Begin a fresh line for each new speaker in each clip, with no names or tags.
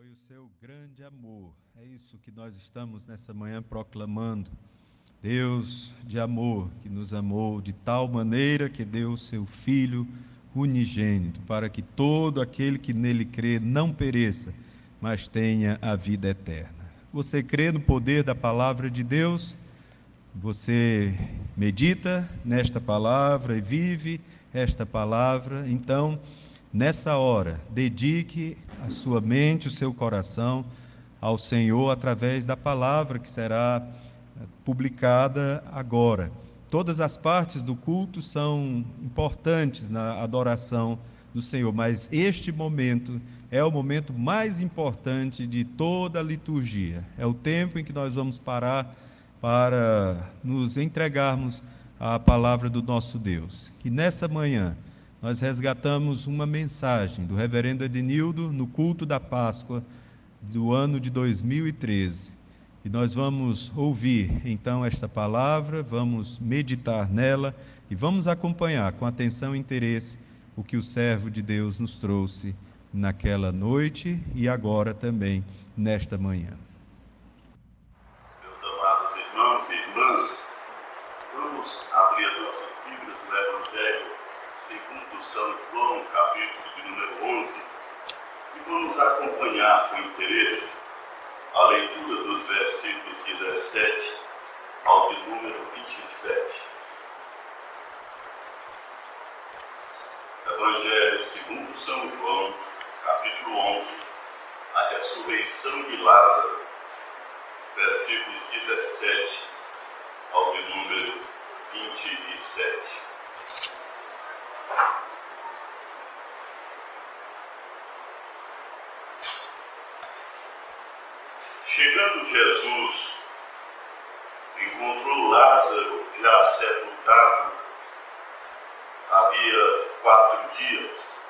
Foi o seu grande amor. É isso que nós estamos nessa manhã proclamando. Deus de amor, que nos amou de tal maneira que deu o seu Filho unigênito, para que todo aquele que nele crê não pereça, mas tenha a vida eterna. Você crê no poder da palavra de Deus? Você medita nesta palavra e vive esta palavra? Então, nessa hora, dedique a sua mente, o seu coração ao Senhor através da palavra que será publicada agora. Todas as partes do culto são importantes na adoração do Senhor, mas este momento é o momento mais importante de toda a liturgia. É o tempo em que nós vamos parar para nos entregarmos à palavra do nosso Deus. E nessa manhã, nós resgatamos uma mensagem do reverendo Ednildo no culto da Páscoa do ano de 2013. E nós vamos ouvir, então, esta palavra, vamos meditar nela e vamos acompanhar com atenção e interesse o que o servo de Deus nos trouxe naquela noite e agora também nesta manhã.
Meus amados irmãos e irmãs, vamos abrir as nossas Bíblias no Evangelho segundo São João, capítulo de número 11, e vamos acompanhar com interesse a leitura dos versículos 17 ao de número 27. Evangelho segundo São João, capítulo 11, a ressurreição de Lázaro, versículos 17 ao de número 27. Chegando Jesus, encontrou Lázaro já sepultado, havia 4 dias.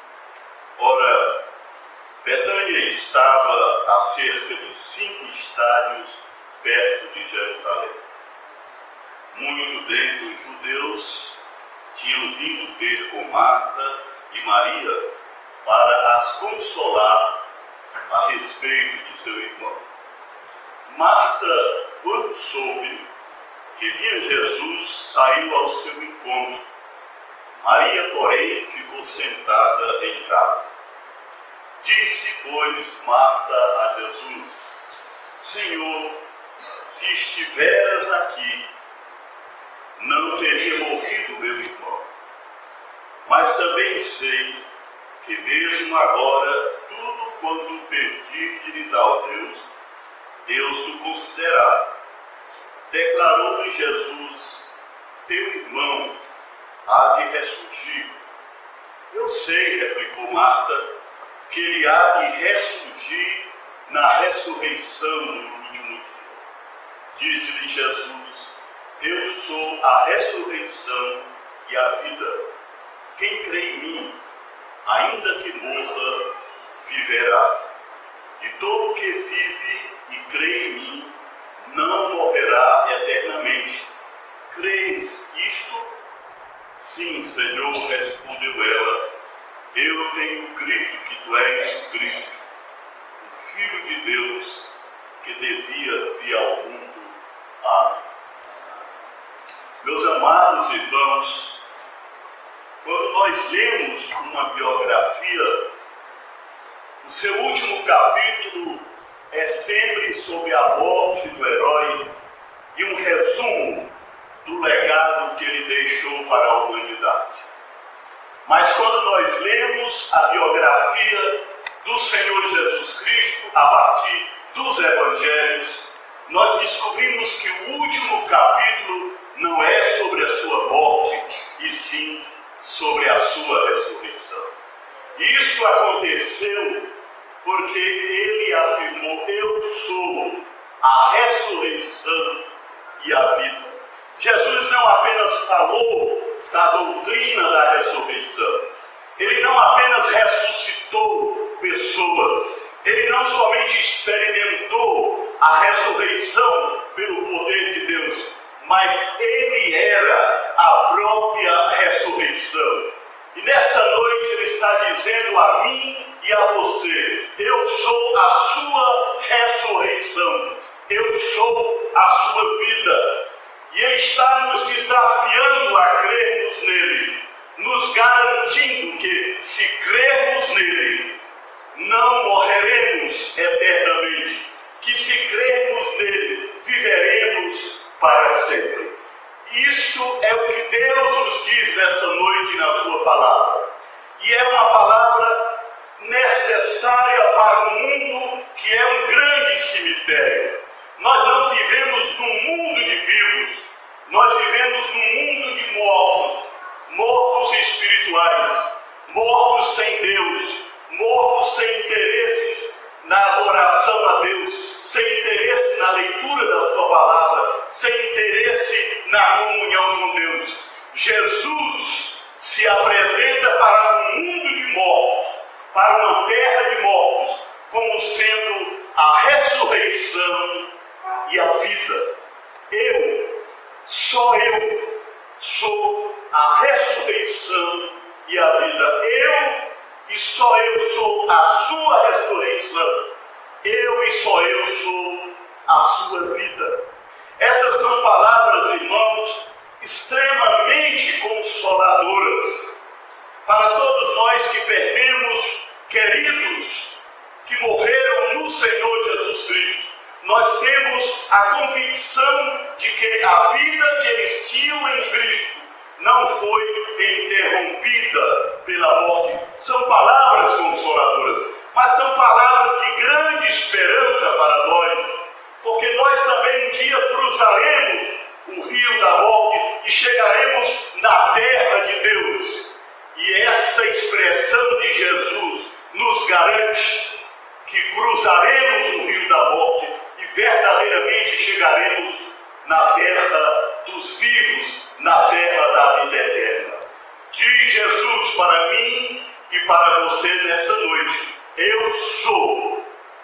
Ora, Betânia estava a cerca de 5 estádios perto de Jerusalém. Muitos dentre os judeus tinham vindo ter com Marta e Maria para as consolar a respeito de seu irmão. Marta, quando soube que vinha Jesus, saiu ao seu encontro. Maria, porém, ficou sentada em casa. Disse, pois, Marta a Jesus: Senhor, se estiveras aqui, não teria morrido meu irmão. Mas também sei que mesmo agora, tudo quanto pedires ao Deus, Deus te considerará. Declarou-lhe Jesus: teu irmão há de ressurgir. Eu sei, replicou Marta, que ele há de ressurgir na ressurreição no último dia. Disse-lhe Jesus: eu sou a ressurreição e a vida. Quem crê em mim, ainda que morra, viverá. E todo que vive e crê em mim não morrerá eternamente. Crês isto? Sim, Senhor, respondeu ela. Eu tenho crido que tu és Cristo, o Filho de Deus, que devia vir ao mundo. Amém. Meus amados irmãos, quando nós lemos uma biografia, o seu último capítulo é sempre sobre a morte do herói e um resumo do legado que ele deixou para a humanidade. Mas quando nós lemos a biografia do Senhor Jesus Cristo a partir dos Evangelhos, nós descobrimos que o último capítulo não é sobre a sua morte, e sim sobre a sua ressurreição. E isso aconteceu porque ele afirmou: eu sou a ressurreição e a vida. Jesus não apenas falou da doutrina da ressurreição, ele não apenas ressuscitou pessoas, ele não somente experimentou a ressurreição pelo poder de Deus, mas ele era a própria ressurreição. E nesta noite ele está dizendo a mim e a você: eu sou sou a sua ressurreição. Eu sou a sua vida. E Ele está nos desafiando a crermos nele, nos garantindo que, se crermos nele, não morreremos eternamente, que se crermos nele, viveremos para sempre. Isto é o que Deus nos diz nessa noite na sua palavra. E é uma palavra necessária para um mundo que é um grande cemitério. Nós não vivemos num mundo de vivos, nós vivemos num mundo de mortos, mortos espirituais, mortos sem Deus, mortos sem interesses na adoração a Deus, sem interesse na leitura da sua palavra, sem interesse na comunhão com Deus. Jesus se apresenta para um mundo de mortos, para uma terra de mortos, como sendo a ressurreição e a vida. Só eu, sou a ressurreição e a vida. E só eu sou a sua ressurreição. E só eu sou a sua vida. Essas são palavras, irmãos, extremamente consoladoras para todos nós que perdemos queridos que morreram no Senhor Jesus Cristo. Nós temos a convicção de que a vida que eles tinham em Cristo não foi interrompida pela morte. São palavras consoladoras, mas são palavras de grande esperança para nós, porque nós também um dia cruzaremos o rio da morte e chegaremos na terra de Deus. E esta expressão de Jesus nos garante que cruzaremos o rio da morte e verdadeiramente chegaremos na terra dos vivos, na terra da vida eterna. Diz Jesus para mim e para você nesta noite: eu sou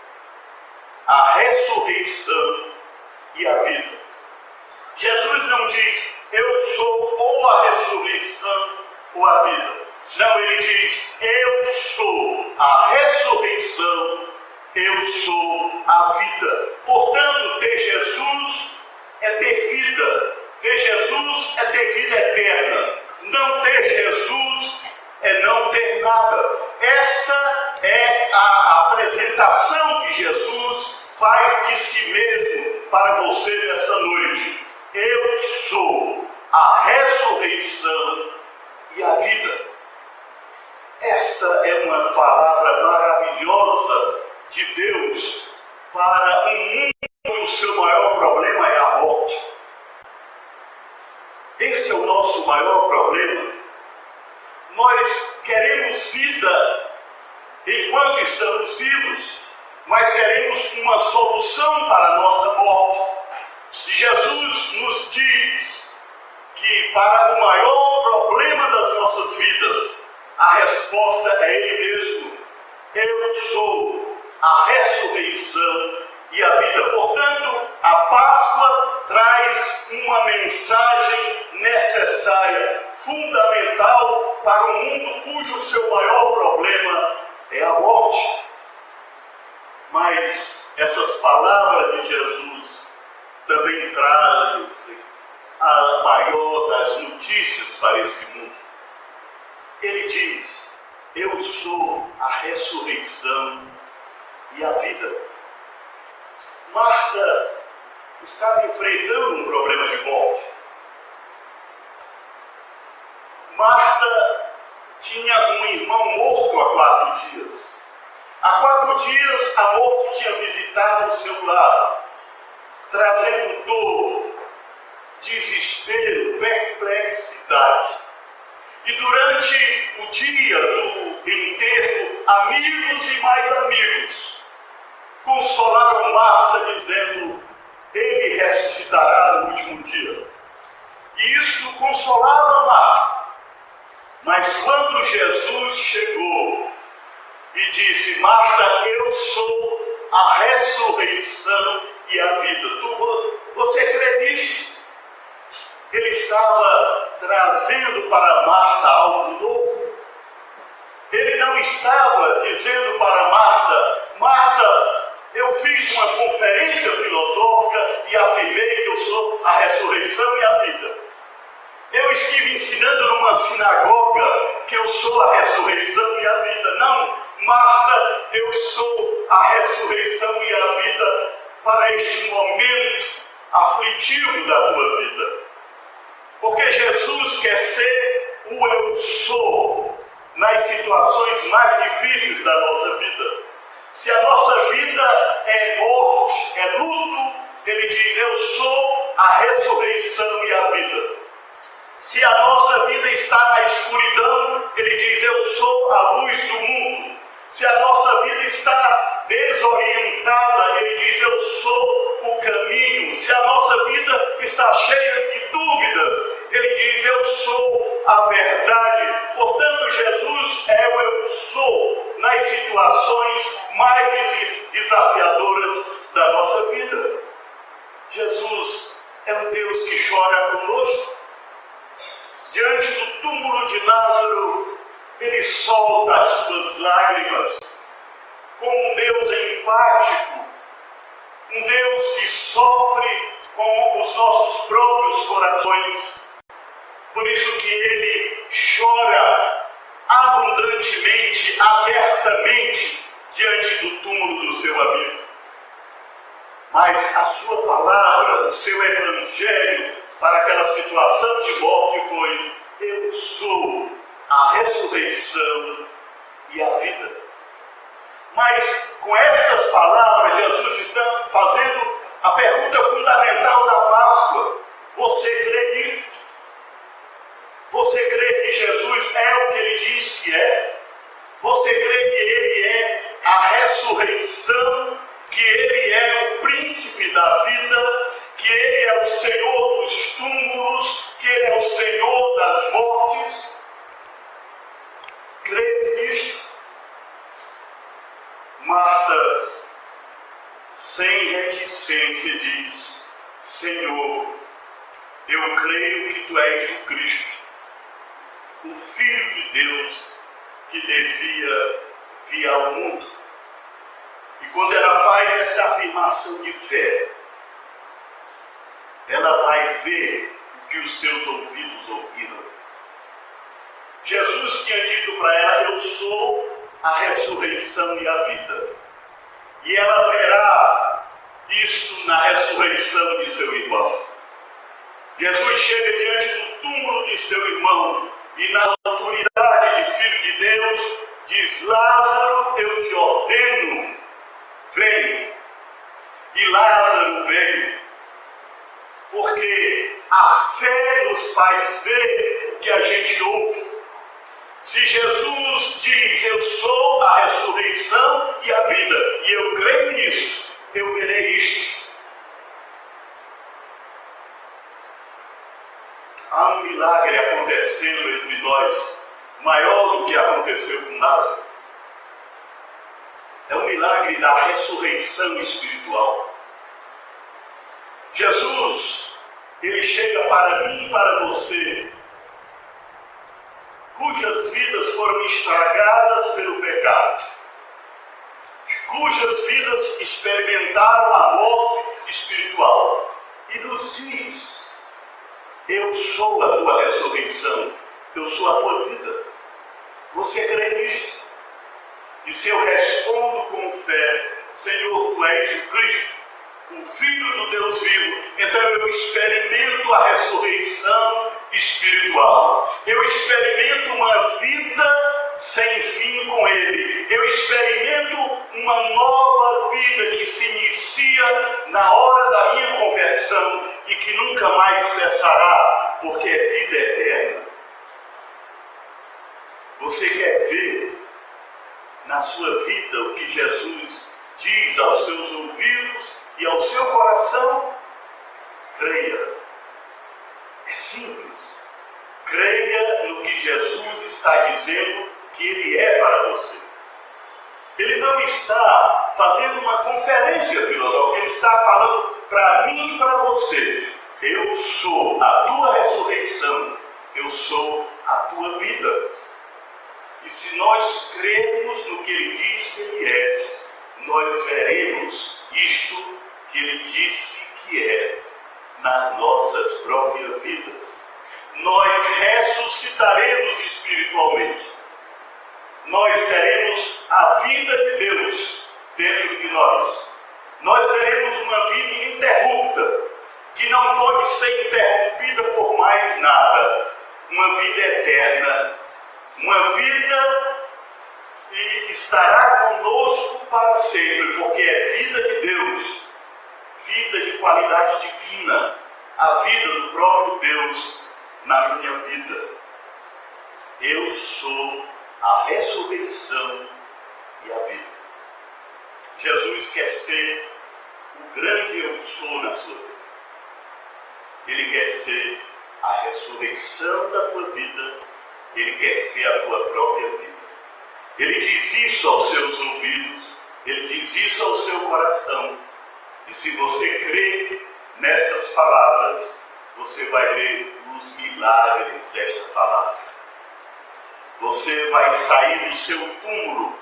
a ressurreição e a vida. Jesus não diz: eu sou ou a ressurreição ou a vida. Não, ele diz: eu sou a ressurreição, eu sou a vida. Portanto, ter Jesus é ter vida. Ter Jesus é ter vida eterna. Não ter Jesus é não ter nada. Esta é a apresentação que Jesus faz de si mesmo para você nesta noite. Eu sou a ressurreição e a vida. Esta é uma palavra maravilhosa de Deus para um mundo onde o seu maior problema é a morte. Esse é o nosso maior problema. Nós queremos vida enquanto estamos vivos, mas queremos uma solução para a nossa morte. E Jesus nos diz que para o maior problema das nossas vidas, a resposta é Ele mesmo. Eu sou a ressurreição e a vida. Portanto, a Páscoa traz uma mensagem necessária, fundamental para um mundo cujo seu maior problema é a morte. Mas essas palavras de Jesus também trazem a maior das notícias para esse mundo. Ele diz: eu sou a ressurreição e a vida. Marta estava enfrentando um problema de morte. Marta tinha um irmão morto há 4 dias. Há 4 dias a morte tinha visitado o seu lar, trazendo dor, desespero, perplexidade. E durante o dia do enterro, amigos e mais amigos consolaram Marta dizendo: ele ressuscitará no último dia. E isso consolava Marta. Mas quando Jesus chegou e disse: Marta, eu sou a ressurreição e a vida, você crê nisso? Ele estava trazendo para Marta algo novo. Ele não estava dizendo para Marta: Marta, sou a ressurreição e a vida. Não, Marta, eu sou a ressurreição e a vida para este momento aflitivo da tua vida. Porque Jesus quer ser o eu sou nas situações mais difíceis da nossa vida. Se a nossa vida é morte, é luto, ele diz, eu sou a ressurreição e a vida. Se a nossa vida está na escuridão, ele diz, eu sou a luz do mundo. Se a nossa vida está desorientada, ele diz, eu sou o caminho. Se a nossa vida está cheia de dúvidas, ele diz, eu sou a verdade. Portanto, Jesus é o eu sou nas situações mais desafiadoras da nossa vida. Jesus é um Deus que chora conosco. Diante do túmulo de Lázaro, ele solta as suas lágrimas, como um Deus empático, um Deus que sofre com os nossos próprios corações. Por isso que ele chora abundantemente, abertamente, diante do túmulo do seu amigo. Mas a sua palavra, o seu evangelho para aquela situação de morte foi: eu sou a ressurreição e a vida. Mas com estas palavras, Jesus está fazendo a pergunta fundamental da Páscoa. Você crê nisso? Você crê que Jesus é o que ele diz que é? Você crê que ele é a ressurreição, que ele é o príncipe da vida, que ele é o Senhor dos túmulos, que ele é o Senhor das mortes? Crê nisto? Marta, sem reticência, diz: Senhor, eu creio que tu és o Cristo, o Filho de Deus que devia vir ao mundo. E quando ela faz essa afirmação de fé, ela vai ver o que os seus ouvidos ouviram. Jesus tinha dito para ela: eu sou a ressurreição e a vida. E ela verá isto na ressurreição de seu irmão. Jesus chega diante do túmulo de seu irmão e, na autoridade de Filho de Deus, diz: Lázaro, eu te ordeno, vem. E Lázaro veio, porque a fé nos faz ver o que a gente ouve. Se Jesus diz: eu sou a ressurreição e a vida, e eu creio nisso, eu verei isto. Há um milagre acontecendo entre nós, maior do que aconteceu com Lázaro. É o milagre da ressurreição espiritual. Jesus, ele chega para mim e para você, cujas vidas foram estragadas pelo pecado, cujas vidas experimentaram a morte espiritual, e nos diz: eu sou a tua ressurreição, eu sou a tua vida. Você crê nisto? E se eu respondo com fé: Senhor, tu és o Cristo, o Filho do Deus vivo, então eu experimento a ressurreição espiritual. Eu experimento uma vida sem fim com Ele. Eu experimento uma nova vida que se inicia na hora da minha conversão e que nunca mais cessará, porque é vida eterna. Você quer ver na sua vida o que Jesus diz aos seus ouvidos e ao seu coração? Creia. É simples. Creia no que Jesus está dizendo que Ele é para você. Ele não está fazendo uma conferência filosófica, Ele está falando para mim e para você: eu sou a tua ressurreição, eu sou a tua vida. E se nós cremos no que Ele diz que Ele é, nós veremos isto que Ele disse que é nas nossas próprias vidas. Nós ressuscitaremos espiritualmente. nós teremos a vida de Deus dentro de nós. Nós teremos uma vida ininterrupta, que não pode ser interrompida por mais nada. Uma vida eterna, uma vida que estará conosco para sempre, porque é vida de Deus, vida de qualidade divina, a vida do próprio Deus na minha vida. Eu sou a ressurreição e a vida. Jesus quer ser o grande eu sou na sua vida. Ele quer ser a ressurreição da tua vida. Ele quer ser a tua própria vida. Ele diz isso aos seus ouvidos. Ele diz isso ao seu coração. E se você crê nessas palavras, você vai ver os milagres desta palavra. Você vai sair do seu túmulo.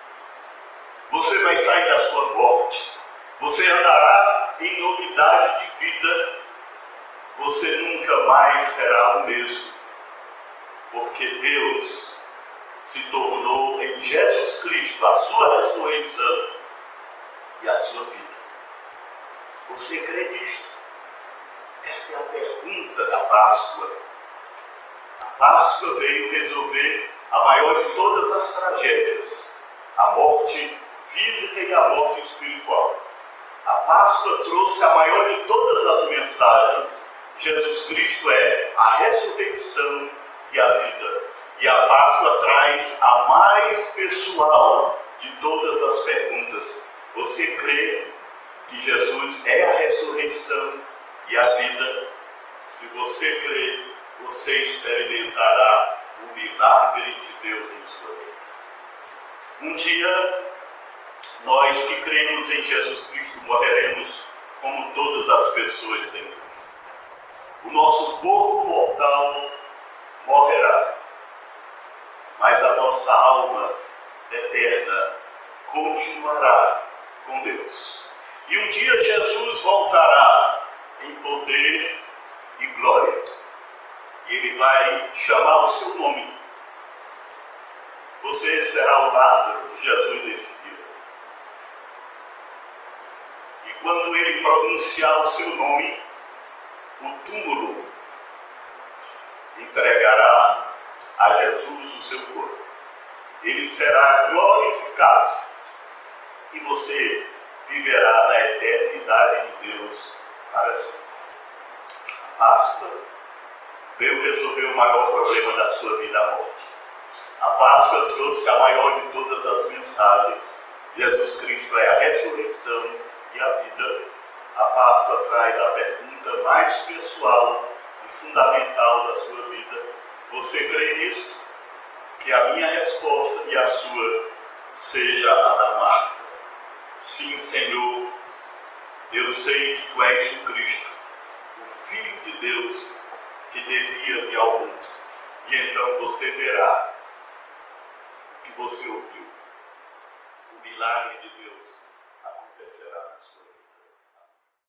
Você vai sair da sua morte. Você andará em novidade de vida. Você nunca mais será o mesmo. Porque Deus se tornou em Jesus Cristo a sua ressurreição e a sua vida. Você crê nisto? Essa é a pergunta da Páscoa. A Páscoa veio resolver a maior de todas as tragédias, a morte física e a morte espiritual. A Páscoa trouxe a maior de todas as mensagens. Jesus Cristo é a ressurreição e a vida. E a Páscoa traz a mais pessoal de todas as perguntas. Você crê que Jesus é a ressurreição e a vida? Se você crê, você experimentará o milagre de Deus em sua vida. Um dia, nós que cremos em Jesus Cristo morreremos como todas as pessoas sem Cristo. O nosso corpo mortal morrerá, mas a nossa alma eterna continuará com Deus. E um dia Jesus voltará em poder e glória. E Ele vai chamar o seu nome. Você será o Lázaro de Jesus nesse dia. E quando Ele pronunciar o seu nome, o túmulo entregará a Jesus o seu corpo. Ele será glorificado. E você viverá na eternidade de Deus para sempre. A Páscoa veio resolver o maior problema da sua vida, a morte. A Páscoa trouxe a maior de todas as mensagens. Jesus Cristo é a ressurreição e a vida. A Páscoa traz a pergunta mais pessoal e fundamental da sua vida. Você crê nisso? Que a minha resposta e a sua seja a da Marta. Sim, Senhor, eu sei que Tu és o Cristo, o Filho de Deus, que devia vir ao mundo. E então você verá o que você ouviu, o milagre de Deus.